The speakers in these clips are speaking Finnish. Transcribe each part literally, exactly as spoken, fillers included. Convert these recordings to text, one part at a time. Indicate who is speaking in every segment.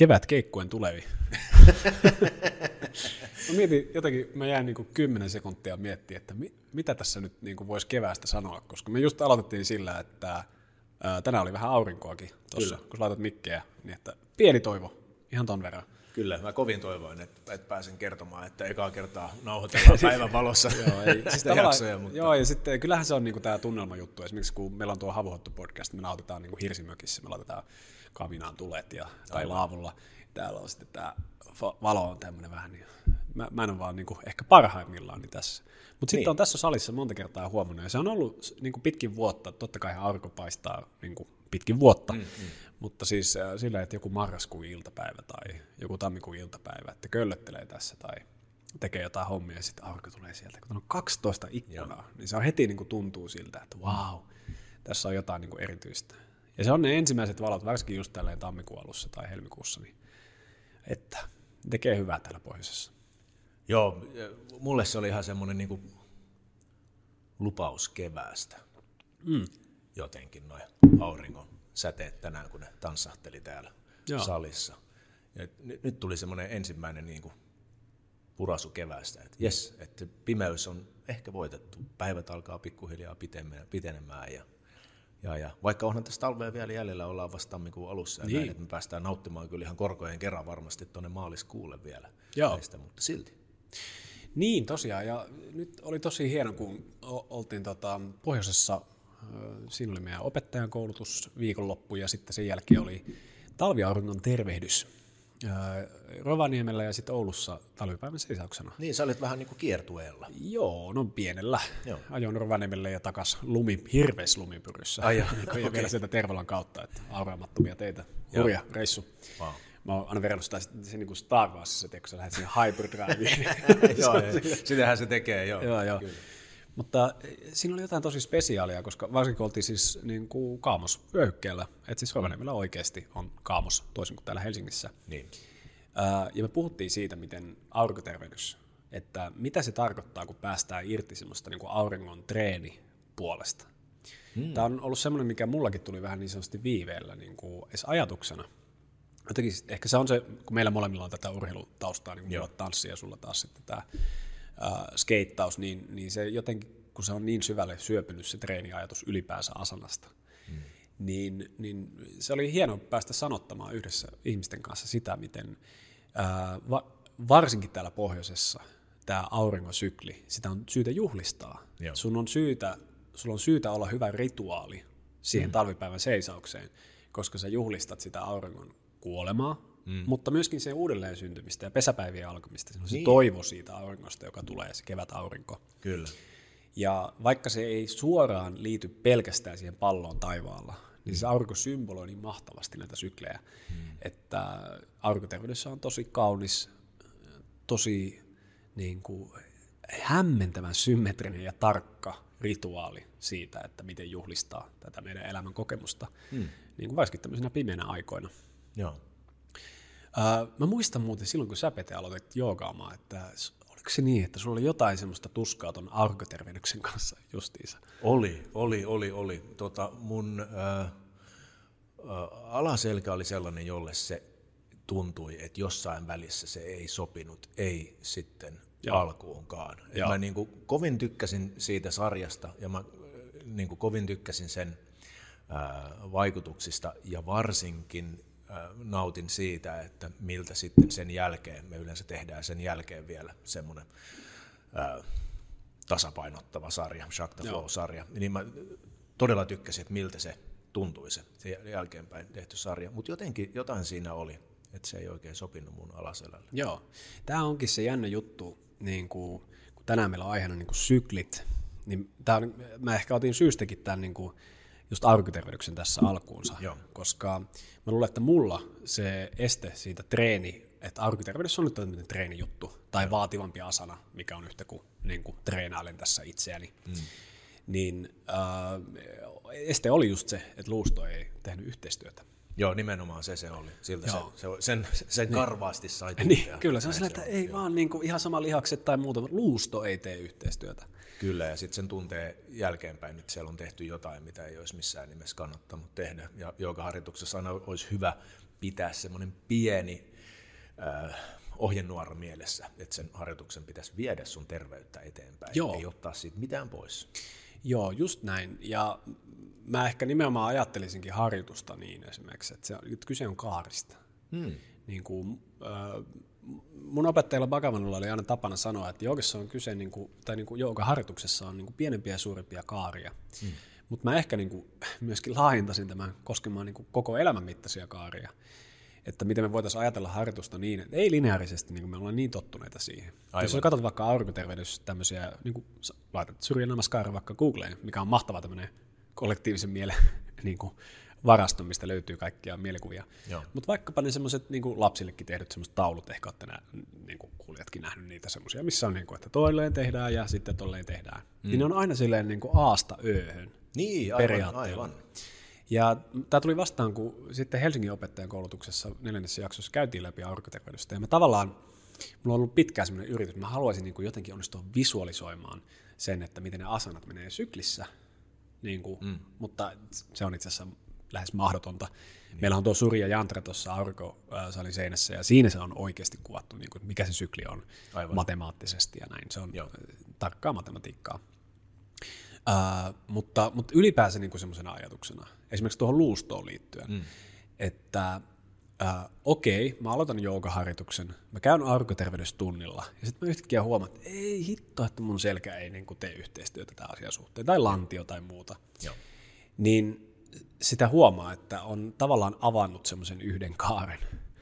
Speaker 1: kevät keikkuen tulevi. Mä mietin jotenkin, mä jäin niin kuin kymmenen sekuntia miettimään, että mi, mitä tässä nyt niin kuin voisi keväästä sanoa, koska me just aloitettiin sillä, että ää, tänään oli vähän aurinkoakin tuossa, kun laitat mikkeä, niin että pieni toivo, ihan ton verran.
Speaker 2: Kyllä, mä kovin toivoin, että, että pääsen kertomaan, että ekaa kertaa nauhoitellaan päivän valossa
Speaker 1: joo, ei, siis
Speaker 2: jaksoja. Mutta...
Speaker 1: Joo, ja sitten kyllähän se on niinku tämä tunnelmajuttu. Esimerkiksi kun meillä on tuo Havuhottu podcast, me nautetaan niinku hirsimökissä, me laitetaan kaminaan tulet ja, tai laavulla. Täällä on sitten tämä valo on tämmöinen vähän, niin mä, mä en ole vaan niinku ehkä parhaimmillaan niin tässä. Mutta sitten
Speaker 2: niin.
Speaker 1: on tässä salissa monta kertaa huomannut, ja se on ollut niinku pitkin vuotta, totta kai aurinko paistaa niinku pitkin vuotta, mm, mm. mutta siis äh, sillä, että joku marraskuun iltapäivä tai joku tammikuun iltapäivä, että köllöttelee tässä tai tekee jotain hommia ja sitten aurinko tulee sieltä. Kun on kaksitoista ikkunaa, Joo. niin se on heti niin kuin tuntuu siltä, että vau, wow, tässä on jotain niin kuin erityistä. Ja se on ne ensimmäiset valot, varsinkin just tälleen tammikuun alussa tai helmikuussa, niin että tekee hyvää täällä pohjoisessa.
Speaker 2: Joo, mulle se oli ihan semmoinen niin kuin lupaus keväästä. Mm. Jotenkin noin auringon säteet tänään, kun ne tanssahteli täällä Joo. salissa. Ja nyt, nyt tuli semmoinen ensimmäinen niin kuin purasu keväästä, että jes, että pimeys on ehkä voitettu. Päivät alkaa pikkuhiljaa pitenemään. Ja, ja, ja vaikka onhan tässä talvea vielä jäljellä, ollaan vasta tammikuun alussa, ja niin. näin, että me päästään nauttimaan kyllä ihan korkojen kerran varmasti tuonne maaliskuulle vielä näistä, mutta silti.
Speaker 1: Niin, tosiaan. Ja nyt oli tosi hieno, kun oltiin tota, pohjoisessa. Siinä oli meidän opettajan koulutus viikonloppu ja sitten sen jälkeen oli talviauringon tervehdys Rovaniemellä ja sitten Oulussa talvipäivän seisauksena.
Speaker 2: Niin, sä olit vähän niin kuin kiertueella.
Speaker 1: Joo, no pienellä. Joo. Ajoin Rovaniemelle ja takas lumi, hirveässä lumipyryssä. Ai ja okay. vielä sieltä Tervolan kautta, että auraamattomia teitä. Hurja reissu. Wow. Mä oon aina verrannut sitä se, niin kuin Star Warsissa, kun sä lähdet siihen hyperdriveen.
Speaker 2: Joo, sitähän se tekee, joo.
Speaker 1: joo, joo. Mutta siinä oli jotain tosi spesiaalia, koska varsinkin kun oltiin siis niin kuin kaamosvyöhykkeellä, että siis Rovaniemellä oikeasti on kaamos toisin kuin täällä Helsingissä.
Speaker 2: Niin.
Speaker 1: Ja me puhuttiin siitä, miten aurinkotervehdys, että mitä se tarkoittaa, kun päästään irti semmoista niin kuin auringon treenipuolesta. Hmm. Tämä on ollut semmoinen, mikä mullakin tuli vähän niin sanotusti viiveellä niin kuin edes ajatuksena. Jotenkin, ehkä se on se, kun meillä molemmilla on tätä urheilutaustaa, niin kuin mulla tanssia ja sulla taas sitten tämä Uh, skeittaus, niin, niin se jotenkin, kun se on niin syvälle syöpynyt se treeniajatus ylipäänsä asanasta, mm. niin, niin se oli hienoa päästä sanottamaan yhdessä ihmisten kanssa sitä, miten uh, va, varsinkin täällä pohjoisessa tämä auringosykli, sitä on syytä juhlistaa. Sun on syytä, sulla on syytä olla hyvä rituaali siihen mm. talvipäivän seisaukseen, koska sä juhlistat sitä auringon kuolemaa, Mm. mutta myöskin sen uudelleen syntymistä ja pesäpäivien alkamista. Se on se niin. toivo siitä auringosta, joka tulee, se kevätaurinko.
Speaker 2: Kyllä.
Speaker 1: Ja vaikka se ei suoraan liity pelkästään siihen palloon taivaalla, niin se aurinko symboloi niin mahtavasti näitä syklejä, mm. että aurinkoterveydessä on tosi kaunis, tosi niin kuin, hämmentävän symmetrinen ja tarkka rituaali siitä, että miten juhlistaa tätä meidän elämän kokemusta, mm. niin kuin varsinkin tämmöisenä pimeänä aikoina.
Speaker 2: Joo.
Speaker 1: Uh, mä muistan muuten silloin, kun sä Pete aloitit joogaamaan, että oliko se niin, että sulla oli jotain semmoista tuskaa ton aurinkotervehdyksen kanssa justiinsa?
Speaker 2: Oli, oli, oli, oli. Tota, mun äh, äh, alaselkä oli sellainen, jolle se tuntui, että jossain välissä se ei sopinut, ei sitten Joo. alkuunkaan. Mä niin kuin kovin tykkäsin siitä sarjasta ja mä niin kuin kovin tykkäsin sen äh, vaikutuksista ja varsinkin nautin siitä, että miltä sitten sen jälkeen, me yleensä tehdään sen jälkeen vielä semmoinen ää, tasapainottava sarja, Shakta Flow-sarja, niin mä todella tykkäsin, että miltä se tuntui se, se jälkeenpäin tehty sarja, mutta jotenkin jotain siinä oli, että se ei oikein sopinut mun alaselälle.
Speaker 1: Joo, tämä onkin se jännä juttu, niin kuin, kun tänään meillä on aiheena niin kuin syklit, niin tää on, mä ehkä otin syystäkin tämän niin kuin just aurinkotervehdyksen tässä alkuunsa, Joo. koska mä luulen, että mulla se este siitä treeni, että aurinkotervehdys on nyt tämmöinen treenijuttu, tai Joo. vaativampi asana, mikä on yhtä kuin, niin kuin treenailen tässä itseäni, mm. niin äh, este oli just se, että luusto ei tehnyt yhteistyötä.
Speaker 2: Joo, nimenomaan se se oli. Siltä se, se, sen, sen
Speaker 1: niin.
Speaker 2: karvaasti sai tuntea.
Speaker 1: Niin, kyllä, se on sellainen, että ei Joo. vaan niin kuin, ihan sama lihakset tai muuta, mutta luusto ei tee yhteistyötä.
Speaker 2: Kyllä, ja sitten sen tuntee jälkeenpäin, että siellä on tehty jotain, mitä ei olisi missään nimessä kannattanut tehdä. Ja joogaharjoituksessa aina olisi hyvä pitää semmoinen pieni äh, ohjenuora mielessä, että sen harjoituksen pitäisi viedä sun terveyttä eteenpäin, Joo. ei ottaa siitä mitään pois.
Speaker 1: Joo, just näin. Ja mä ehkä nimenomaan ajattelisinkin harjoitusta niin esimerkiksi, että, se, että kyse on kaarista. Hmm. Niin kuin, äh, mun opettajalla Bhagavanulla oli aina tapana sanoa, että joogassa on kyse, niin kuin, tai niin kuin joogaharjoituksessa on niin kuin pienempiä ja suurempia kaaria. Hmm. Mutta mä ehkä niin kuin myöskin laajentasin tämän koskemaan niin kuin koko elämän mittaisia kaaria. Että miten me voitaisiin ajatella harjoitusta niin, että ei lineaarisesti, niin kuin me ollaan niin tottuneita siihen. Aivan. Jos katsot vaikka aurinkoterveydessä tämmöisiä, niin kuin laitat Surya Namaskar vaikka Googleen, mikä on mahtava tämmöinen kollektiivisen mielen niin kuin varasto, mistä löytyy kaikkia mielikuvia. Mutta vaikkapa ne semmoiset niin kuin lapsillekin tehdyt semmoiset taulut, ehkä olette nää, niin kuin kuulijatkin nähnyt niitä semmoisia, missä on, niin kuin, että toilleen tehdään ja sitten tolleen tehdään. Mm. Niin ne on aina silleen niin kuin aasta ööhön.
Speaker 2: Niin, aivan, aivan.
Speaker 1: Ja tämä tuli vastaan, kun sitten Helsingin opettajan koulutuksessa neljännessä jaksossa käytiin läpi aurinkoterveydestä. Ja mä tavallaan, mulla on ollut pitkään sellainen yritys, mä haluaisin niin kuin jotenkin onnistua visualisoimaan sen, että miten ne asanat menee syklissä. Niin kuin, mm. Mutta se on itse asiassa lähes mahdotonta. Niin. Meillä on tuo Surya Yantra tuossa aurinkosalin seinässä, ja siinä se on oikeasti kuvattu, niin kuin, mikä se sykli on aivan. Matemaattisesti ja näin. Se on Joo. tarkkaa matematiikkaa. Uh, mutta, mutta ylipäänsä niin kuin semmoisena ajatuksena, esimerkiksi tuohon luustoon liittyen, mm. että uh, okei, mä aloitan joogaharjoituksen, mä käyn aurinkoterveystunnilla, ja sitten mä yhtäkkiä huomaan, että ei hitto, että mun selkä ei niin kuin tee yhteistyötä tämän asian suhteen, tai lantio tai muuta. Joo. Niin sitä huomaa, että on tavallaan avannut semmoisen yhden kaaren,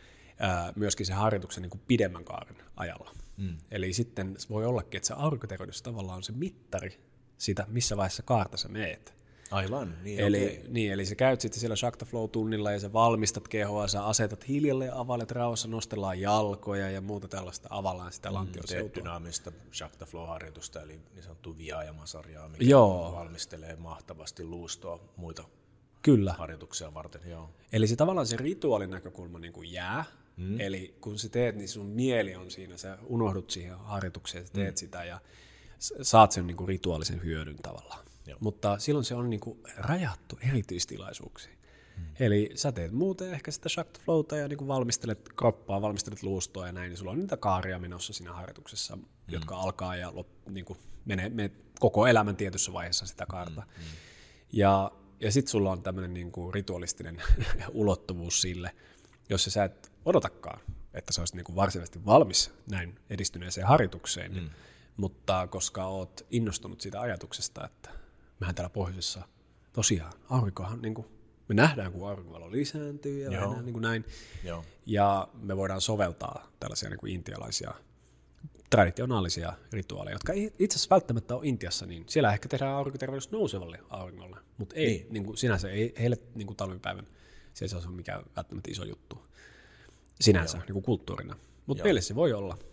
Speaker 1: uh, myöskin sen harjoituksen niin kuin pidemmän kaaren ajalla. Mm. Eli sitten voi ollakin, että se aurinkoterveydys tavallaan on se mittari, sitä, missä vaiheessa kaarta sä meet.
Speaker 2: Aivan, niin
Speaker 1: eli,
Speaker 2: okay.
Speaker 1: niin, eli sä käyt sitten siellä Shakta Flow-tunnilla ja sä valmistat kehoa, sä asetat hiljalle ja availet rauhassa, nostellaan jalkoja ja muuta tällaista, avallaan sitä lantioseutua.
Speaker 2: Teet dynaamista Shakta Flow-harjoitusta, eli niin sanottua Vyayama-sarjaa, mikä
Speaker 1: Joo.
Speaker 2: valmistelee mahtavasti luustoa muita
Speaker 1: Kyllä.
Speaker 2: harjoituksia varten. Joo.
Speaker 1: Eli se tavallaan se rituaalin näkökulma niin kuin jää, mm. eli kun sä teet, niin sun mieli on siinä, sä unohdut siihen harjoitukseen, sä teet mm. sitä ja saat sen niinku rituaalisen hyödyn tavallaan. Joo. Mutta silloin se on niinku rajattu erityistilaisuuksiin. Hmm. Eli sä teet muuten ehkä sitä Shakta Flowta ja niinku valmistelet kroppaa, valmistelet luustoa ja näin, niin sulla on niitä kaaria menossa siinä harjoituksessa, hmm. jotka alkaa ja lop, niinku menee, menee koko elämän tietyssä vaiheessa sitä kaarta. Hmm. Hmm. Ja, ja sitten sulla on tämmöinen niinku ritualistinen ulottuvuus sille, jos sä et odotakaan, että sä olisit niinku varsinaisesti valmis näin edistyneeseen harjoitukseen, hmm. Mutta koska oot innostunut siitä ajatuksesta, että mehän täällä pohjoisessa tosiaan aurinkohan, niin kuin, me nähdään, kun aurinkovalo lisääntyy ja nähdään, niin kuin näin. Joo. Ja me voidaan soveltaa tällaisia niin kuin intialaisia traditionaalisia rituaaleja, jotka ei itse asiassa välttämättä ole Intiassa, niin siellä ehkä tehdään aurinkoterveydys nousevalle auringolle, mutta ei, niin. Niin kuin sinänsä ei heille niin kuin talvipäivän, se ei ole mikään välttämättä iso juttu sinänsä niin kuin kulttuurina, mutta meille se voi olla.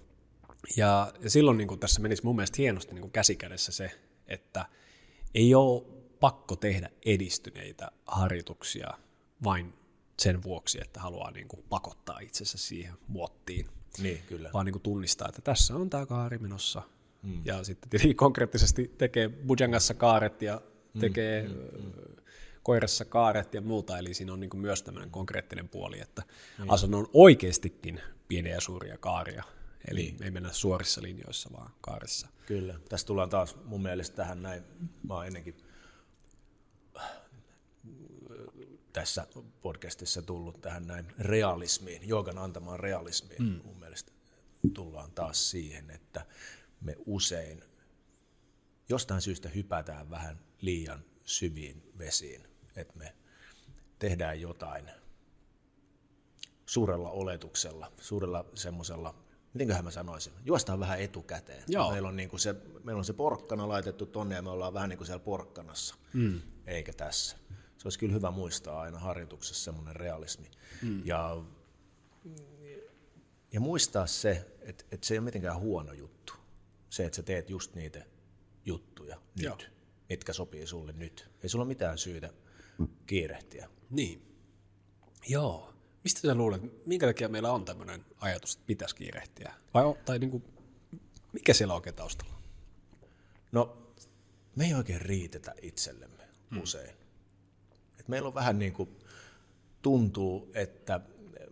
Speaker 1: Ja, ja silloin niin kuin tässä menisi mun mielestä hienosti niin kuin käsikädessä se, että ei ole pakko tehdä edistyneitä harjoituksia vain sen vuoksi, että haluaa niin kuin pakottaa itsensä siihen muottiin.
Speaker 2: Niin, kyllä.
Speaker 1: Vaan niin kuin tunnistaa, että tässä on tämä kaari menossa. Mm. Ja sitten tietenkin konkreettisesti tekee bujangassa kaaret ja tekee mm, mm, mm. koirassa kaaret ja muuta. Eli siinä on niin kuin myös tämmöinen konkreettinen puoli, että mm. asunnon on oikeastikin pieniä ja suuria kaaria. Eli niin. ei mennä suorissa linjoissa, vaan kaarissa.
Speaker 2: Kyllä. Tässä tullaan taas mun mielestä tähän näin. Mä oon ennenkin tässä podcastissa tullut tähän näin realismiin, joogan antamaan realismiin. Mm. Mun mielestä tullaan taas siihen, että me usein jostain syystä hypätään vähän liian syviin vesiin, että me tehdään jotain suurella oletuksella, suurella semmoisella, mitenköhän mä sanoisin, juostaan vähän etukäteen. Meillä on, niin kuin se, meillä on se porkkana laitettu tonne ja me ollaan vähän niin kuin siellä porkkanassa, mm. eikä tässä. Se olisi kyllä hyvä muistaa aina harjoituksessa semmoinen realismi. Mm. Ja, ja muistaa se, että, että se ei ole mitenkään huono juttu. Se, että sä teet just niitä juttuja nyt, Joo. mitkä sopii sulle nyt. Ei sulla ole mitään syytä kiirehtiä.
Speaker 1: Niin. Joo. Mistä sä luulet, minkä takia meillä on tämmöinen ajatus, että pitäisi kiirehtiä? Vai on, tai niin kuin, mikä siellä on oikein taustalla?
Speaker 2: No, me ei oikein riitetä itsellemme mm. usein. Et meillä on vähän niin kuin tuntuu, että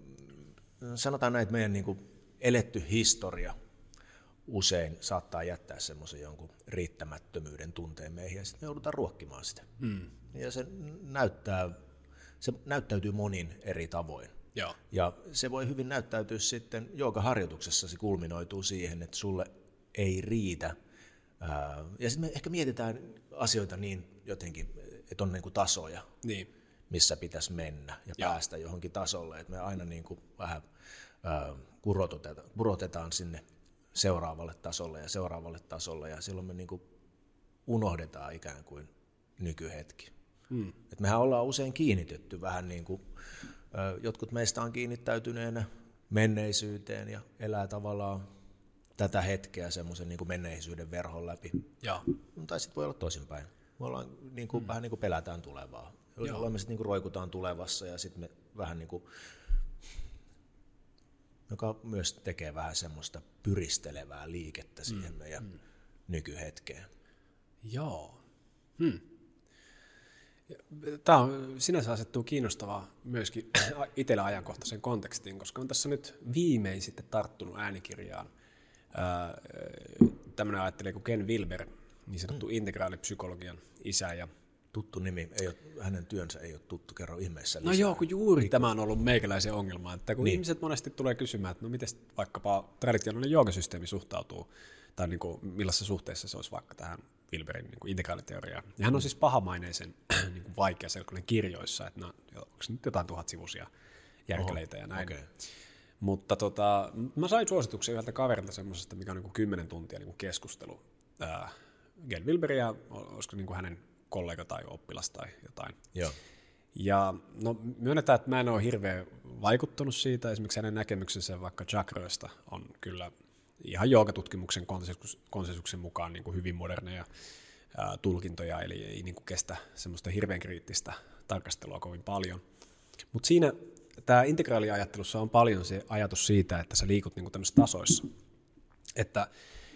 Speaker 2: sanotaan näin, että meidän niin kuin eletty historia usein saattaa jättää semmoisen jonkun riittämättömyyden tunteen meihin, ja sitten me joudutaan ruokkimaan sitä. Mm. Ja se, näyttää, se näyttäytyy monin eri tavoin.
Speaker 1: Joo.
Speaker 2: Ja se voi hyvin näyttäytyä sitten joogaharjoituksessa, se kulminoituu siihen, että sulle ei riitä. Ja sitten me ehkä mietitään asioita niin jotenkin, että on niin kuin tasoja, niin. missä pitäisi mennä ja Joo. päästä johonkin tasolle. Että me aina niin kuin vähän kurotetaan, kurotetaan sinne seuraavalle tasolle ja seuraavalle tasolle, ja silloin me niin kuin unohdetaan ikään kuin nykyhetki. Hmm. Et mehän ollaan usein kiinnitetty vähän niin kuin, jotkut meistä on kiinnittäytyneenä menneisyyteen ja elää tavallaan tätä hetkeä semmoisen niin kuin menneisyyden verhon läpi.
Speaker 1: Ja.
Speaker 2: Tai sitten voi olla toisinpäin. Me ollaan niin kuin, hmm. vähän niin kuin pelätään tulevaa. Jolloin me sitten niin kuin roikutaan tulevassa ja sitten me vähän niin kuin, joka myös tekee vähän semmoista pyristelevää liikettä siihen mm. meidän mm. nykyhetkeen.
Speaker 1: Joo. Hmm. Tämä on, sinänsä asettuu kiinnostavaa myöskin itsellä ajankohtaisen kontekstiin, koska on tässä nyt viimein sitten tarttunut äänikirjaan tämmöinen ajattelija kuin Ken Wilber, niin sanottu mm. integraalipsykologian isä. Ja
Speaker 2: tuttu nimi, ei ole, hänen työnsä ei ole tuttu, kerro ihmeessä lisää.
Speaker 1: No joo, kun juuri Riku. Tämä on ollut meikäläisen ongelma, että kun niin. ihmiset monesti tulee kysymään, että no miten vaikkapa traditionaalinen joogasysteemi suhtautuu, tai niin kuin, millaisessa suhteessa se olisi vaikka tähän Wilberin niin kuin integraaliteoriaan. Ja hän on siis pahamaineisen niin kuin vaikeaselkoinen kirjoissa, että no, onko nyt jotain tuhatsivuisia järkeleitä ja näin. Okay. Mutta tota, mä sain suosituksen yhdeltä kaverilta semmoisesta, mikä on niin kuin kymmenen tuntia niin kuin keskustelu. Ää, Ken Wilberin ja olisiko niin kuin hänen kollega tai oppilas tai jotain.
Speaker 2: Joo.
Speaker 1: Ja no, myönnetään, että mä en ole hirveän vaikuttunut siitä. Esimerkiksi hänen näkemyksensä vaikka chakroista on kyllä ihan joogatutkimuksen konsensuksen mukaan niin kuin hyvin moderneja ää, tulkintoja, eli ei niin kuin kestä semmoista hirveän kriittistä tarkastelua kovin paljon. Mutta siinä tämä integraaliajattelussa on paljon se ajatus siitä, että sä liikut niin kuin tämmöisissä tasoissa. Että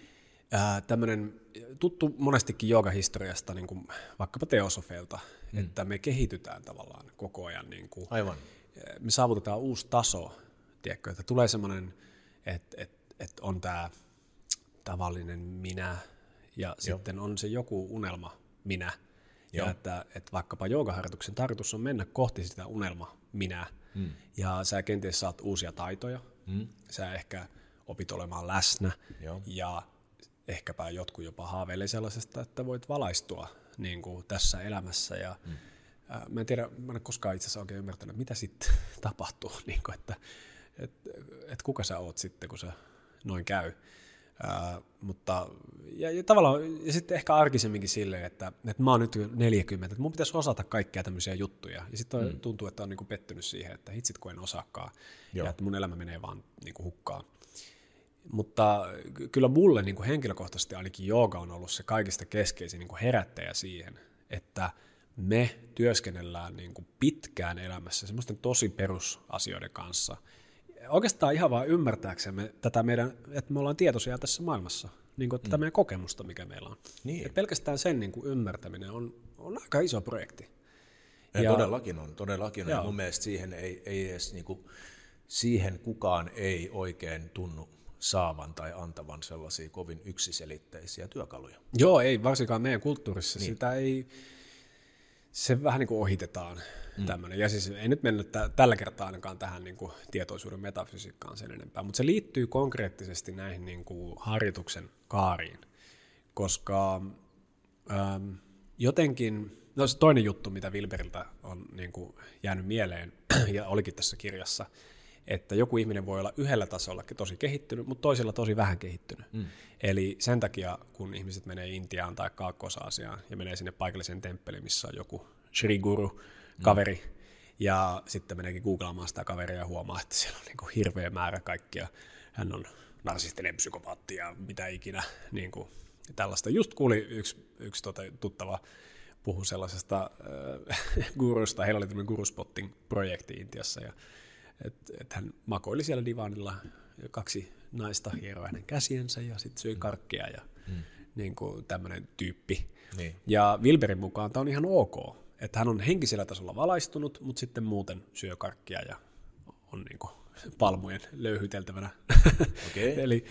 Speaker 1: ää, tämmöinen tuttu monestikin joogahistoriasta, niin kuin vaikkapa teosofeilta, mm. että me kehitytään tavallaan koko ajan. Niin kuin,
Speaker 2: Aivan.
Speaker 1: Me saavutetaan uusi taso, tiedätkö, että tulee semmoinen, että, että, että on tämä tavallinen minä ja Joo. sitten on se joku unelma minä. Joo. Ja että, että vaikkapa joogaharjoituksen tarkoitus on mennä kohti sitä unelma minä. Mm. Ja sä kenties saat uusia taitoja, mm. sä ehkä opit olemaan läsnä Joo. ja ehkäpä jotkut jopa haaveilee sellaisesta, että voit valaistua niin kuin tässä elämässä. Ja, mm. ää, mä en tiedä, mä en ole koskaan itse asiassa oikein ymmärtänyt, mitä sitten tapahtuu, niin kuin, että et, et kuka sä oot sitten, kun se noin käy. Ää, mutta, ja, ja, tavallaan, ja sitten ehkä arkisemminkin silleen, että, että mä oon nyt neljäkymmentä, että mun pitäisi osata kaikkia tämmöisiä juttuja. Ja sitten mm. tuntuu, että on niin kuin pettynyt siihen, että hitsit kun en osaakaan, Joo. ja että mun elämä menee vaan niin kuin hukkaan. Mutta kyllä mulle niin kuin henkilökohtaisesti ainakin jooga on ollut se kaikista keskeisin niin kuin herättäjä siihen, että me työskennellään niin kuin pitkään elämässä semmoisten tosi perusasioiden kanssa. Oikeastaan ihan vaan ymmärtääksemme tätä meidän, että me ollaan tietoisia tässä maailmassa, niin kuin tätä mm. meidän kokemusta, mikä meillä on. Niin. Et pelkästään sen niin kuin ymmärtäminen on, on aika iso projekti.
Speaker 2: Ja, ja todellakin on, todellakin on. Ja mun mielestä siihen, ei, ei edes, niin kuin, siihen kukaan ei oikein tunnu saavan tai antavan sellaisia kovin yksiselitteisiä työkaluja.
Speaker 1: Joo, ei varsinkaan meidän kulttuurissa. Niin. Sitä ei, se vähän niin kuin ohitetaan mm. tämmöinen. Ja siis ei nyt mennyt t- tällä kertaa ainakaan tähän niin kuin tietoisuuden metafysiikkaan sen enempää, mutta se liittyy konkreettisesti näihin niin kuin harjoituksen kaariin, koska ähm, jotenkin, no se toinen juttu, mitä Wilberiltä on niin kuin jäänyt mieleen ja olikin tässä kirjassa, että joku ihminen voi olla yhdellä tasollakin tosi kehittynyt, mutta toisella tosi vähän kehittynyt. Mm. Eli sen takia, kun ihmiset menee Intiaan tai Kaakkois-Aasiaan ja menee sinne paikalliseen temppeliin, missä on joku Sri Guru, kaveri, mm. ja sitten meneekin googlaamaan sitä kaveria ja huomaa, että siellä on niin kuin hirveä määrä kaikkia. Hän on narsistinen psykopaatti ja mitä ikinä. Niin kuin tällaista. Just kuuli yksi, yksi tuota, tuttava puhui sellaisesta äh, gurusta. Heillä oli tämmöinen guruspotting-projekti Intiassa, ja että et hän makoili siellä divanilla, kaksi naista hieroi hänen käsiensä ja sitten söi karkkia ja mm. niin kuin tämmöinen tyyppi. Niin. Ja Wilberin mukaan tämä on ihan ok, että hän on henkisellä tasolla valaistunut, mutta sitten muuten syö karkkia ja on niin kuin palmujen löyhyteltävänä.
Speaker 2: Okay.
Speaker 1: eli,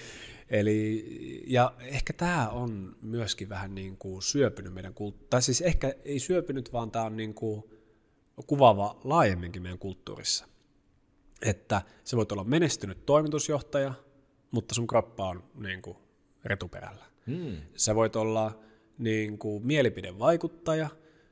Speaker 1: eli, ja ehkä tämä on myöskin vähän niin kuin syöpynyt meidän kulttuuriin, tai siis ehkä ei syöpynyt, vaan tämä on niin kuin kuvaava laajemminkin meidän kulttuurissa. Että se voit olla menestynyt toimitusjohtaja, mutta sun kroppa on niin kuin retuperällä. Hmm. Sä voit olla niin kuin mielipidevaikuttaja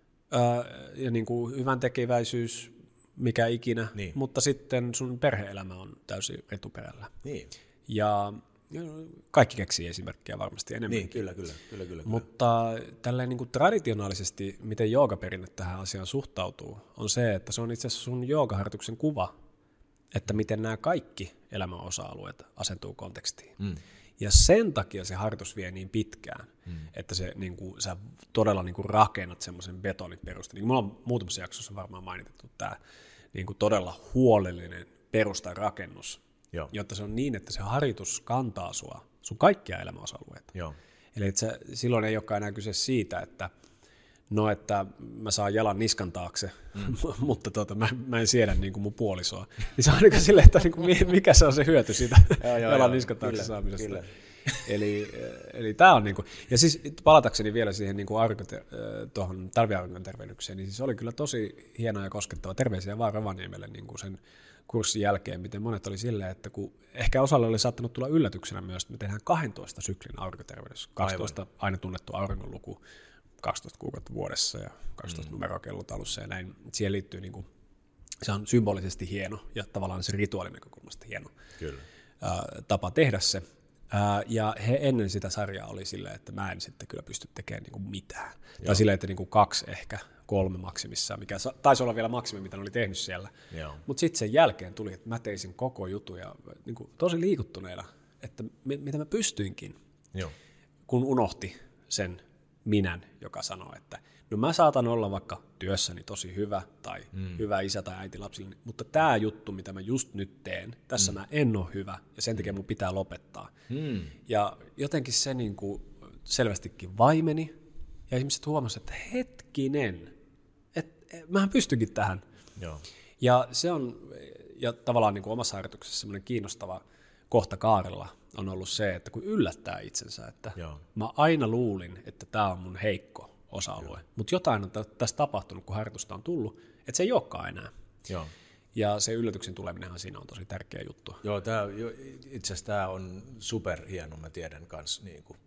Speaker 1: ää, ja niin kuin hyvän tekeväisyys, mikä ikinä, niin. Mutta sitten sun perhe-elämä on täysin retuperällä.
Speaker 2: Niin.
Speaker 1: Ja kaikki keksii esimerkkejä varmasti enemmän.
Speaker 2: Niin, kyllä, kyllä, kyllä, kyllä.
Speaker 1: Mutta tälleen niin kuin traditionaalisesti, miten joogaperinne tähän asiaan suhtautuu, on se, että se on itse asiassa sun joogaharjoituksen kuva, että miten nämä kaikki elämän osa-alueet asentuu kontekstiin. Mm. Ja sen takia se harjoitus vie niin pitkään, mm. että se, niin kuin, sä todella niin kuin rakennat semmoisen betonin perusta. Niin mulla on muutamassa jaksossa varmaan mainitettu tämä niin kuin todella huolellinen perustan rakennus, Joo. jotta se on niin, että se harjoitus kantaa sua, sun kaikkia elämän osa-alueita.
Speaker 2: Joo.
Speaker 1: Eli että se, silloin ei olekaan enää kyse siitä, että no, että mä saan jalan niskan taakse, mm. mutta tota, mä, mä en siedä niin kuin mun puolisoa. Niin se on niin silleen, että niin kuin, mikä se on se hyöty siitä joo, jalan joo, niskan taakse kyllä, saamisesta. Kyllä. Eli, eli tää on niin kuin, ja siis palatakseni vielä siihen niin kuin arkote, tuohon talviauringon tervehdykseen, niin siis oli kyllä tosi hienoa ja koskettava. Terveisiä vaan Rovaniemelle niin kuin sen kurssin jälkeen, miten monet oli silleen, että kun ehkä osalle oli saattanut tulla yllätyksenä myös, että me tehdään kahdentoista syklin aurinkotervehdys, kaksitoista Aivan. aina tunnettu auringonluku, kaksitoista kuukautta vuodessa ja kaksitoista mm. numeroa kellotaulussa ja näin. Siihen liittyy, niin kuin, se on symbolisesti hieno ja tavallaan se rituaalin näkökulmasta hieno
Speaker 2: Kyllä.
Speaker 1: Ää, tapa tehdä se. Ää, ja he ennen sitä sarjaa oli silleen, että mä en sitten kyllä pysty tekemään niin kuin mitään. Joo. Tai silleen, että niin kuin kaksi ehkä, kolme maksimissaan, mikä taisi olla vielä maksimi, mitä ne oli tehnyt siellä. Mutta sitten sen jälkeen tuli, että mä tein sen koko jutun ja niin kuin tosi liikuttuneena, että mitä mä pystyinkin, Joo. kun unohti sen minän, joka sanoo, että no mä saatan olla vaikka työssäni tosi hyvä tai mm. hyvä isä tai äiti lapsille, mutta tämä juttu, mitä mä just nyt teen, tässä mm. mä en ole hyvä ja sen takia mun pitää lopettaa. Mm. Ja jotenkin se niin kuin selvästikin vaimeni ja ihmiset huomasivat, että hetkinen, että mähän pystynkin tähän.
Speaker 2: Joo.
Speaker 1: Ja se on ja tavallaan niin kuin omassa harjoituksessa semmoinen kiinnostava kohta kaarella on ollut se, että kun yllättää itsensä, että Joo. mä aina luulin, että tämä on mun heikko osa-alue, mutta jotain on tässä tapahtunut, kun harjoitusta on tullut, että se ei olekaan enää.
Speaker 2: Joo.
Speaker 1: Ja se yllätyksen tuleminenhan siinä on tosi tärkeä juttu.
Speaker 2: Joo, tää, itse asiassa tämä on superhieno, mä tiedän kans, niin kuin,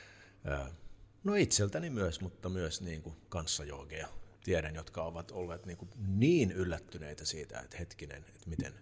Speaker 2: ää, no itseltäni myös, mutta myös niin kuin kanssajoogeja tiedän, jotka ovat olleet niin, kuin niin yllättyneitä siitä, että hetkinen, että miten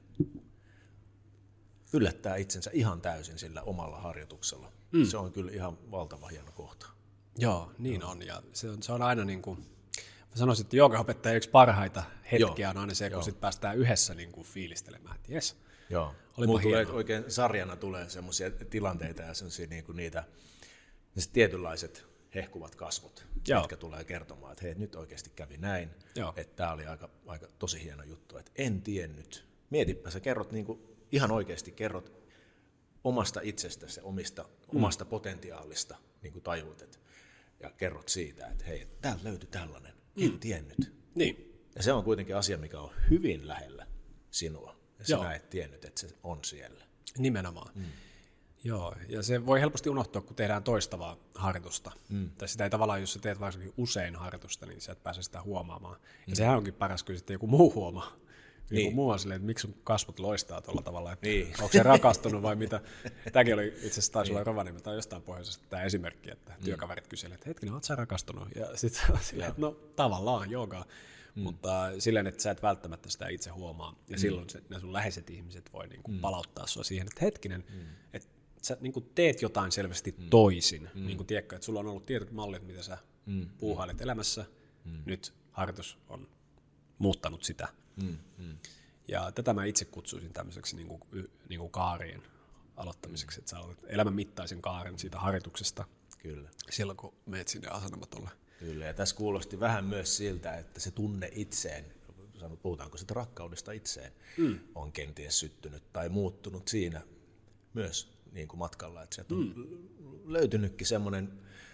Speaker 2: yllättää itsensä ihan täysin sillä omalla harjoituksella. Mm. Se on kyllä ihan valtava hieno kohta.
Speaker 1: Joo, niin Joo. on. Ja se on, se on aina niin kuin, mä sanoisin, että joogaopettajan yksi parhaita hetkiä Joo. on aina se, kun sit päästään yhdessä niin kuin fiilistelemään, että jes,
Speaker 2: Joo. Mulla tulee oikein sarjana tulee semmoisia tilanteita ja semmoisia niin kuin niitä, ne tietynlaiset hehkuvat kasvot, Joo. jotka tulee kertomaan, että hei, nyt oikeasti kävi näin, Joo. että tämä oli aika, aika tosi hieno juttu, että en tiennyt. Mietipä, sä kerrot niin kuin, ihan oikeasti kerrot omasta itsestäsi, omista, mm. omasta potentiaalista, niin kuin tajuut, että, ja kerrot siitä, että hei, täältä löytyi tällainen, mm. en tiennyt.
Speaker 1: Niin.
Speaker 2: Ja se on kuitenkin asia, mikä on hyvin lähellä sinua, ja sinä Joo. et tiennyt, että se on siellä.
Speaker 1: Nimenomaan. Mm. Joo, ja se voi helposti unohtua, kun tehdään toistavaa harjoitusta. Mm. Tai sitä ei tavallaan, jos sä teet varsinkin usein harjoitusta, niin sä et pääse sitä huomaamaan. Mm. Ja sehän onkin paras, kun sitten joku muu huomaa. Niin. Joku muu on silleen, että miksi sun kasvot loistaa tuolla tavalla, että niin. onko se rakastunut vai mitä. Tämäkin oli itse asiassa taisi olla Rovaniemellä tai jostain pohjoisesta tämä esimerkki, että mm. työkaverit kyselivät, että hetkinen, oot sä rakastunut? Ja sitten se on silleen, että no tavallaan joogaa, mm. mutta silleen, että sä et välttämättä sitä itse huomaa. Ja mm. silloin se, ne sun läheiset ihmiset voi niinku mm. palauttaa sua siihen, että hetkinen, mm. että sä niinku teet jotain selvästi mm. toisin. Mm. Niin kuin tiedätkö, että sulla on ollut tietyt mallit, mitä sä mm. puuhailet elämässä. Mm. Nyt harjoitus on muuttanut sitä. Mm, mm. Ja tätä mä itse kutsuisin tämmöiseksi niin kuin, niin kuin kaarien aloittamiseksi, että sä aloitat elämän mittaisen kaaren siitä harjoituksesta.
Speaker 2: Kyllä.
Speaker 1: Silloin kun meet sinne asenamatolle.
Speaker 2: Kyllä, ja tässä kuulosti vähän myös siltä, että se tunne itseen, puhutaanko sitä rakkaudesta itseen, mm. on kenties syttynyt tai muuttunut siinä myös niin kuin matkalla, että sieltä on mm. löytynytkin semmoinen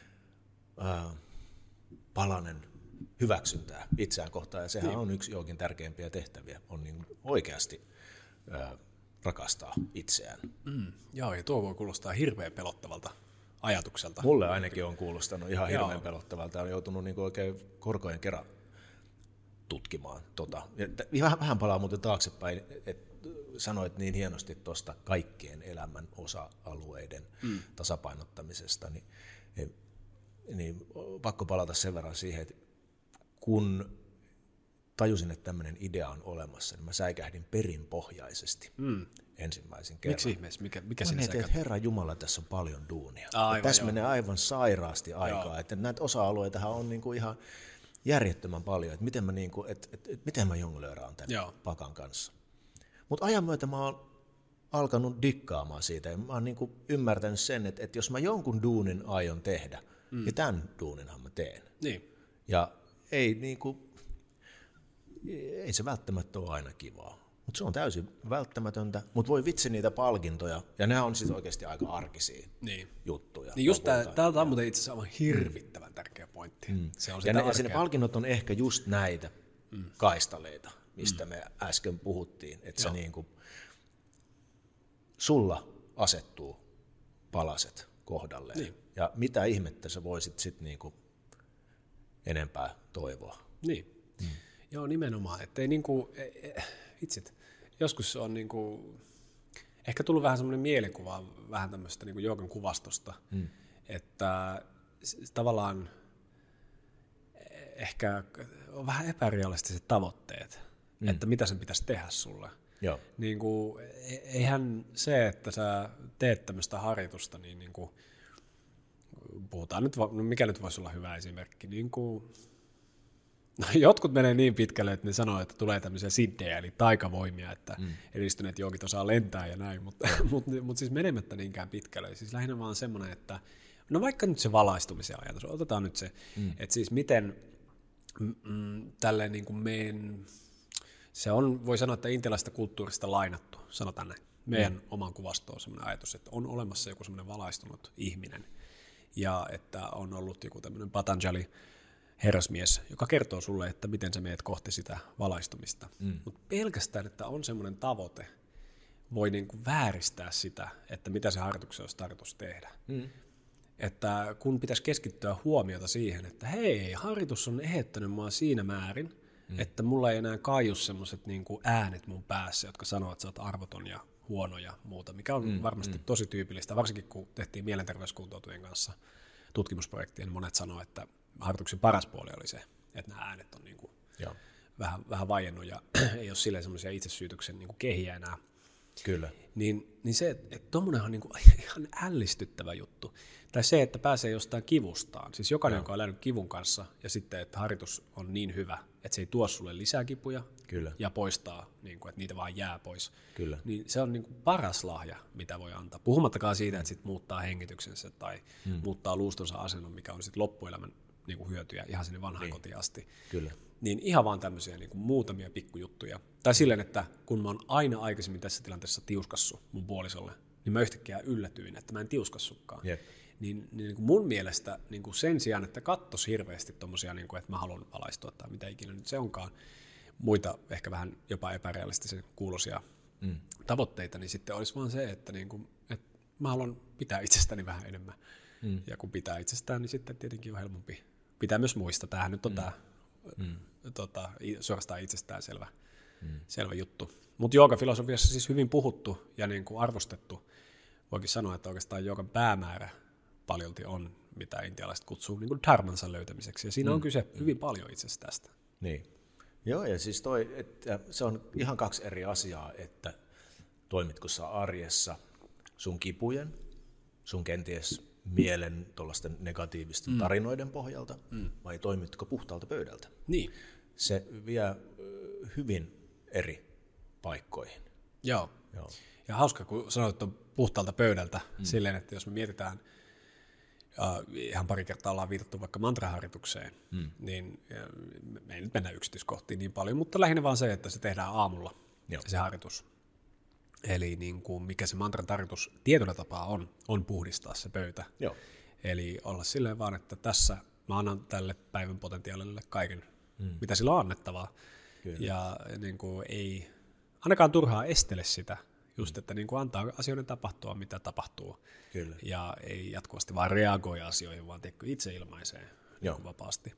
Speaker 2: äh, palanen hyväksyntää itseään kohtaan, ja sehän niin. on yksi jokin tärkeimpiä tehtäviä, on niin oikeasti ää, rakastaa itseään.
Speaker 1: Mm, joo, ja tuo voi kuulostaa hirveän pelottavalta ajatukselta.
Speaker 2: Mulle ainakin on kuulostanut ihan hirveän joo. pelottavalta. On joutunut niin oikein korkojen kerran tutkimaan. Tota. Ja vähän, vähän palaa muuten taaksepäin, että sanoit niin hienosti tuosta kaikkien elämän osa-alueiden mm. tasapainottamisesta, niin, niin pakko palata sen verran siihen, että kun tajusin, että tämmöinen idea on olemassa, niin mä säikähdin perinpohjaisesti mm. ensimmäisen kerran.
Speaker 1: Miksi ihmeessä? Mikä, mikä
Speaker 2: mä
Speaker 1: sinne
Speaker 2: mietin, että Herra Jumala, tässä on paljon duunia.
Speaker 1: Aivan,
Speaker 2: tässä
Speaker 1: joo.
Speaker 2: menee aivan sairaasti aikaa. Joo. Että näitä osa-alueitahan on niinku ihan järjettömän paljon, että miten mä, niinku, et, et, et, miten mä jonglööraan tämän joo. pakan kanssa. Mutta ajan myötä mä oon alkanut dikkaamaan siitä ja mä oon niinku ymmärtänyt sen, että, että jos mä jonkun duunin aion tehdä, mm. niin tämän duuninhan mä teen.
Speaker 1: Niin.
Speaker 2: Ja ei, niinku, ei se välttämättä ole aina kivaa, mutta se on täysin välttämätöntä, mutta voi vitsi niitä palkintoja, ja nämä on sitten oikeasti aika arkisia
Speaker 1: niin.
Speaker 2: juttuja.
Speaker 1: Niin just tämä, tämä on muuten itse asiassa aivan hirvittävän tärkeä pointti. Mm. Se on
Speaker 2: ja, ne, ja ne palkinnot on ehkä just näitä mm. kaistaleita, mistä mm. me äsken puhuttiin, että se niinku, sulla asettuu palaset kohdalleen, niin. ja mitä ihmettä sä voisit sitten niinku enempää toivoa.
Speaker 1: Niin. Mm. Joo, nimenomaan. Että ei niinku, itse, joskus on niinku, ehkä tullut vähän semmoinen mielikuva vähän tämmöistä niinku joogan kuvastosta, mm. että tavallaan ehkä on vähän epärealistiset tavoitteet, mm. että mitä sen pitäisi tehdä sulle.
Speaker 2: Joo.
Speaker 1: Niinku, eihän se, että sä teet tämmöistä harjoitusta, niin niinku, puhutaan nyt, no mikä nyt voisi olla hyvä esimerkki, niinku, no, jotkut menee niin pitkälle, että ne sanoo, että tulee tämmöisiä siddejä, eli taikavoimia, että mm. edistyneet joogit osaa lentää ja näin, mutta, mutta, mutta siis menemättä niinkään pitkälle. Siis lähinnä vaan semmoinen, että no vaikka nyt se valaistumisen ajatus, otetaan nyt se, mm. että siis miten mm, tälleen niin kuin meidän, se on, voi sanoa, että intialaisesta kulttuurista lainattu, sanotaan näin, meidän mm. oman kuvastoon semmoinen ajatus, että on olemassa joku semmoinen valaistunut ihminen, ja että on ollut joku tämmöinen Patanjali, herrasmies, joka kertoo sulle, että miten sä meet kohti sitä valaistumista. Mm. Mutta pelkästään, että on semmoinen tavoite, voi niinku vääristää sitä, että mitä se harjoituksen olisi tarkoitus tehdä. Mm. Että kun pitäisi keskittyä huomiota siihen, että hei, harjoitus on eheyttänyt mua siinä määrin, mm. että mulla ei enää kaiju semmoiset niinku äänet mun päässä, jotka sanoo, että sä oot arvoton ja huono ja muuta, mikä on mm. varmasti mm. tosi tyypillistä, varsinkin kun tehtiin mielenterveyskuntoutujien kanssa tutkimusprojektia, niin monet sanoo, että harjoituksen paras puoli oli se, että nämä äänet on niin kuin vähän, vähän vaiennut ja ei ole silleen semmoisia itsesyytyksen niin kuin kehiä enää.
Speaker 2: Kyllä.
Speaker 1: Niin, niin se, että tuommoinenhan on niin kuin ihan ällistyttävä juttu. Tai se, että pääsee jostain kivustaan. Siis jokainen, joka on elänyt kivun kanssa ja sitten, että harjoitus on niin hyvä, että se ei tuo sulle lisää kipuja
Speaker 2: Kyllä.
Speaker 1: ja poistaa, niin kuin, että niitä vaan jää pois.
Speaker 2: Kyllä.
Speaker 1: Niin se on niin kuin paras lahja, mitä voi antaa. Puhumattakaan siitä, että sit muuttaa hengityksensä tai hmm. muuttaa luustonsa asennon, mikä on sitten loppuelämän niin kuin hyötyjä ihan sinne vanhaan niin. kotiin asti.
Speaker 2: Kyllä.
Speaker 1: Niin ihan vaan tämmöisiä niin kuin muutamia pikkujuttuja. Tai silleen, että kun mä oon aina aikaisemmin tässä tilanteessa tiuskassu mun puolisolle, niin mä yhtäkkiä yllätyin, että mä en tiuskassutkaan.
Speaker 2: Yep.
Speaker 1: Niin, niin kuin mun mielestä niin kuin sen sijaan, että kattos hirveästi tommosia, niin kuin, että mä haluan valaistua tai mitä ikinä nyt se onkaan, muita ehkä vähän jopa epärealistisen kuulosia mm. tavoitteita, niin sitten olisi vaan se, että, niin kuin, että mä haluan pitää itsestäni vähän enemmän. Mm. Ja kun pitää itsestään, niin sitten tietenkin on helpompi. Pitää myös muistaa, tämähän nyt on mm. tämä mm. tota, suorastaan itsestään selvä, mm. selvä juttu. Mutta joogafilosofiassa siis hyvin puhuttu ja niin kuin arvostettu. Voikin sanoa, että oikeastaan joogan päämäärä paljolti on, mitä intialaiset kutsuu niin kuin dharmansa löytämiseksi. Ja siinä mm. on kyse hyvin paljon itse asiassa tästä.
Speaker 2: Niin. Joo, ja siis toi, että se on ihan kaksi eri asiaa, että toimitko sä arjessa sun kipujen, sun kenties mielen tuollaisten negatiivisten mm. tarinoiden pohjalta, mm. vai toimitko puhtaalta pöydältä?
Speaker 1: Niin.
Speaker 2: Se vie hyvin eri paikkoihin.
Speaker 1: Joo. Joo. Ja hauska, kun sanoit, että on puhtaalta pöydältä, mm. silleen, että jos me mietitään, uh, ihan pari kertaa ollaan viitattu vaikka mantraharjoitukseen, mm. niin me ei nyt mennä yksityiskohtiin niin paljon, mutta lähinnä vaan se, että se tehdään aamulla, Joo. se harjoitus. Eli niin kuin mikä se mantran tarkoitus tietyllä tapaa on, on puhdistaa se pöytä.
Speaker 2: Joo.
Speaker 1: Eli olla silleen vaan, että tässä mä annan tälle päivän potentiaalille kaiken, mm. mitä sillä on annettavaa. Kyllä. Ja niin kuin ei ainakaan turhaa estele sitä, Just, että niin kuin antaa asioiden tapahtua, mitä tapahtuu.
Speaker 2: Kyllä.
Speaker 1: Ja ei jatkuvasti vaan reagoi asioihin, vaan tiedätkö, itse ilmaisee niin vapaasti.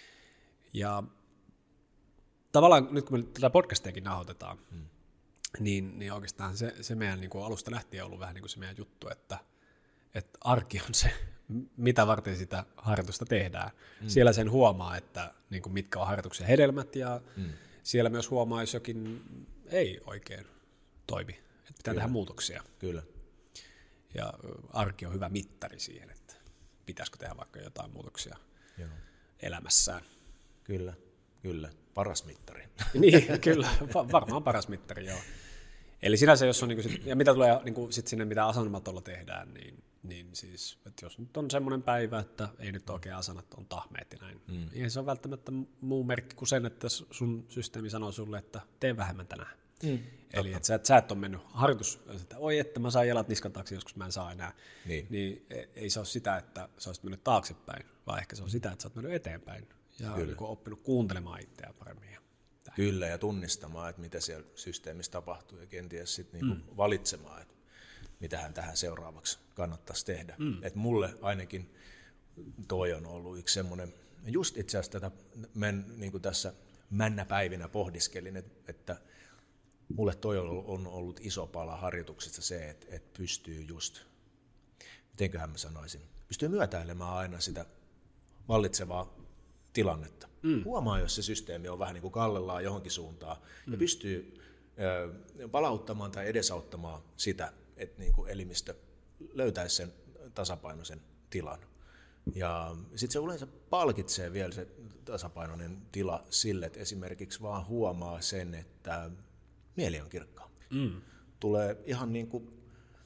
Speaker 1: Ja tavallaan nyt kun me tätä podcastiakin nauhoitetaan, hmm. niin, niin oikeastaan se, se meidän niin kuin alusta lähtien on ollut vähän niin kuin se meidän juttu, että, että arki on se, mitä varten sitä harjoitusta tehdään. Hmm. Siellä sen huomaa, että niin kuin mitkä on harjoituksen hedelmät, ja hmm. siellä myös huomaa, jos jokin ei oikein toimi, että pitää Kyllä. tehdä muutoksia.
Speaker 2: Kyllä.
Speaker 1: Ja arki on hyvä mittari siihen, että pitäisikö tehdä vaikka jotain muutoksia Joo. elämässään.
Speaker 2: Kyllä, kyllä. Paras mittari.
Speaker 1: Niin, kyllä. Varmaan paras mittari, joo. Eli sinänsä, jos on, niin kuin sit, ja mitä tulee niin kuin sit sinne, mitä asanamatolla tehdään, niin, niin siis, että jos nyt on semmoinen päivä, että ei nyt oikein asanat, on tahmeet ja näin, mm. niin se on välttämättä muu merkki kuin sen, että sun systeemi sanoo sulle, että tee vähemmän tänään. Mm. Eli että sä, et, sä et ole mennyt harjoitus, että oi, että mä saan jalat niskan taakse, joskus mä en saa enää. Niin. niin ei se ole sitä, että sä olisit mennyt taaksepäin, vaan ehkä se on sitä, että sä oot mennyt eteenpäin ja niin oppinut kuuntelemaan itseään paremmin.
Speaker 2: Kyllä, ja tunnistamaan, että mitä siellä systeemissä tapahtuu, ja kenties sitten niinku mm. valitsemaan, että mitähän tähän seuraavaksi kannattaisi tehdä. Mm. Et mulle ainakin toi on ollut yksi semmoinen, just itse asiassa tätä men, niinku tässä männäpäivinä pohdiskelin, että, että mulle toi on ollut iso pala harjoituksessa se, että, että pystyy just, mitenköhän mä sanoisin, pystyy myötäilemään aina sitä vallitsevaa tilannetta. Mm. Huomaa, jos se systeemi on vähän niin kuin kallellaan johonkin suuntaan mm. ja pystyy ö, palauttamaan tai edesauttamaan sitä, että niin kuin elimistö löytäisi sen tasapainoisen tilan. Ja sitten se yleensä palkitsee vielä se tasapainoinen tila sille, että esimerkiksi vaan huomaa sen, että mieli on kirkkaampi. Mm. Tulee ihan niin kuin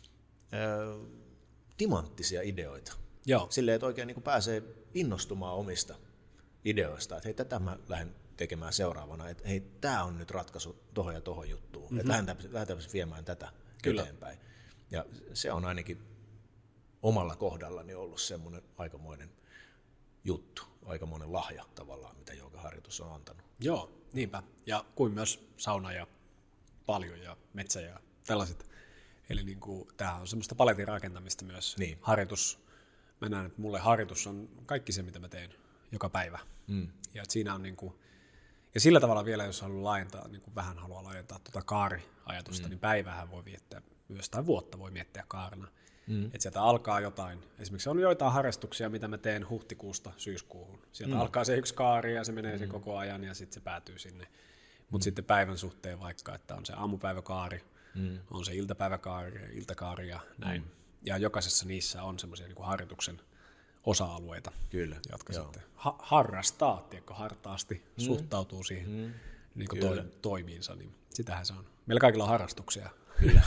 Speaker 2: ö, timanttisia ideoita. Joo. Silleen, että oikein niin kuin pääsee innostumaan omista ideoista, että hei, tätä mä lähden tekemään seuraavana, että hei, tämä on nyt ratkaisu tohon ja tohon juttuun, mm-hmm. että lähdetäänpä viemään tätä Kyllä. eteenpäin. Ja se on ainakin omalla kohdallani ollut semmoinen aikamoinen juttu, aikamoinen lahja tavallaan, mitä joogaharjoitus on antanut.
Speaker 1: Joo, niinpä. Ja kuin myös sauna ja paljon ja metsä ja tällaiset. Eli niin kuin, tämähän on semmoista paletin rakentamista myös. Niin. Harjoitus, mä näen, että mulle harjoitus on kaikki se, mitä mä teen joka päivä. Mm. Ja, siinä on niin kuin, ja sillä tavalla vielä, jos haluaa laajentaa, niin kuin vähän haluaa laajentaa tuota kaariajatusta, mm. niin päivähän voi viettää myös, tai vuotta voi miettiä kaarena. Mm. Että sieltä alkaa jotain. Esimerkiksi on joitain harrastuksia, mitä mä teen huhtikuusta syyskuuhun. Sieltä mm. alkaa se yksi kaari ja se menee mm. sen koko ajan ja sitten se päätyy sinne. Mutta mm. sitten päivän suhteen vaikka, että on se aamupäiväkaari, mm. on se iltapäiväkaari, iltakaari ja näin. Mm. Ja jokaisessa niissä on semmoisia niin kuin harjoituksen osa-alueita, Kyllä, jotka joo. sitten ha- harrastaa, tiedätkö, hartaasti mm. suhtautuu siihen mm. niin kuin to- toimiinsa, niin sitähän se on. Meillä kaikilla on harrastuksia.
Speaker 2: Kyllä.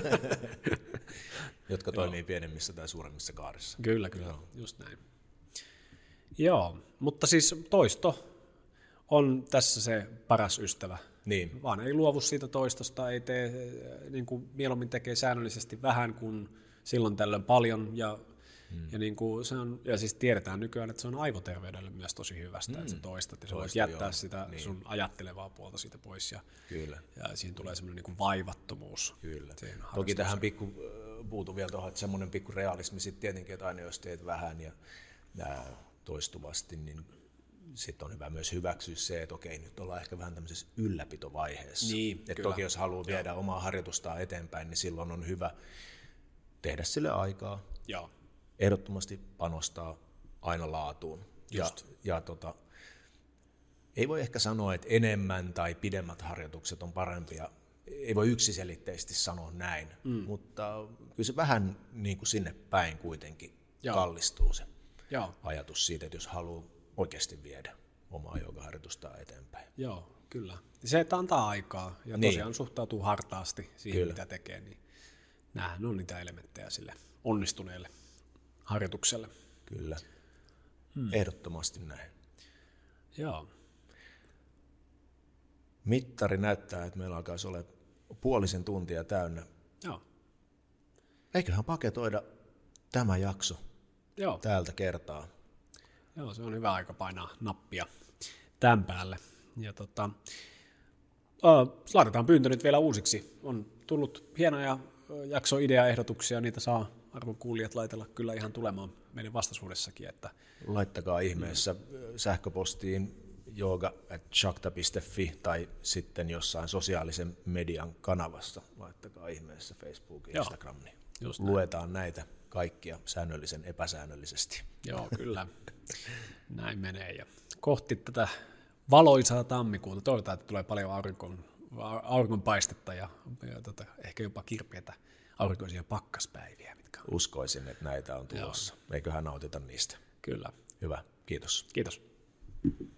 Speaker 2: Jotka toimii pienemmissä tai suuremmissa kaarissa.
Speaker 1: Kyllä, kyllä, joo. just näin. Joo, mutta siis toisto on tässä se paras ystävä. Niin. Vaan ei luovu siitä toistosta, ei tee, niin kuin mieluummin tekee säännöllisesti vähän kuin silloin tällöin paljon ja Mm. Ja, niin kuin se on, ja siis tiedetään nykyään, että se on aivoterveydelle myös tosi hyvästä, mm. että sä toistat ja sä voit jättää joo. sitä niin. sun ajattelevaa puolta siitä pois ja, Kyllä. ja siihen tulee semmoinen niin kuin vaivattomuus.
Speaker 2: Kyllä. Toki tähän pikku, puutu vielä tuohon, että semmoinen pikku realismi sitten tietenkin, että aina jos teet vähän ja nää, toistuvasti, niin sitten on hyvä myös hyväksyä se, että okei, nyt ollaan ehkä vähän tämmöisessä ylläpitovaiheessa. Niin, että toki jos haluaa viedä joo. omaa harjoitustaan eteenpäin, niin silloin on hyvä tehdä sille aikaa. Joo. Ehdottomasti panostaa aina laatuun. Ja, ja tota, ei voi ehkä sanoa, että enemmän tai pidemmät harjoitukset on parempia. Ei voi yksiselitteisesti sanoa näin, mm. mutta kyllä se vähän niin kuin sinne päin kuitenkin Joo. kallistuu se Joo. ajatus siitä, että jos haluaa oikeasti viedä omaa joogaharjoitustaan eteenpäin.
Speaker 1: Joo, kyllä. Se, että antaa aikaa ja niin. tosiaan suhtautuu hartaasti siihen, kyllä. mitä tekee, niin näähän on niitä elementtejä sille onnistuneelle harjoitukselle.
Speaker 2: Kyllä, hmm. ehdottomasti näin.
Speaker 1: Joo.
Speaker 2: Mittari näyttää, että meillä alkaisi olla puolisen tuntia täynnä.
Speaker 1: Joo.
Speaker 2: Eiköhän paketoida tämä jakso Joo. täältä kertaa.
Speaker 1: Joo, se on hyvä aika painaa nappia tämän päälle. Ja tota, äh, laitetaan pyyntö nyt vielä uusiksi. On tullut hienoja jaksoideaehdotuksia, niitä saa arvon kuulijat laitella kyllä ihan tulemaan meidän vastaisuudessakin. Että
Speaker 2: laittakaa ihmeessä sähköpostiin jooga at shakta piste fi tai sitten jossain sosiaalisen median kanavassa. Laittakaa ihmeessä Facebookiin, Instagramiin. Luetaan näitä kaikkia säännöllisen epäsäännöllisesti.
Speaker 1: Joo, kyllä. Näin menee. Ja kohti tätä valoisaa tammikuuta. Toivotaan, että tulee paljon aurinkoon, auringonpaistetta ja, ja tota, ehkä jopa kirpeitä aurinkoisia pakkaspäiviä. Mitkä on.
Speaker 2: Uskoisin, että näitä on tulossa. Joo. Eiköhän nautita niistä.
Speaker 1: Kyllä.
Speaker 2: Hyvä. Kiitos.
Speaker 1: Kiitos.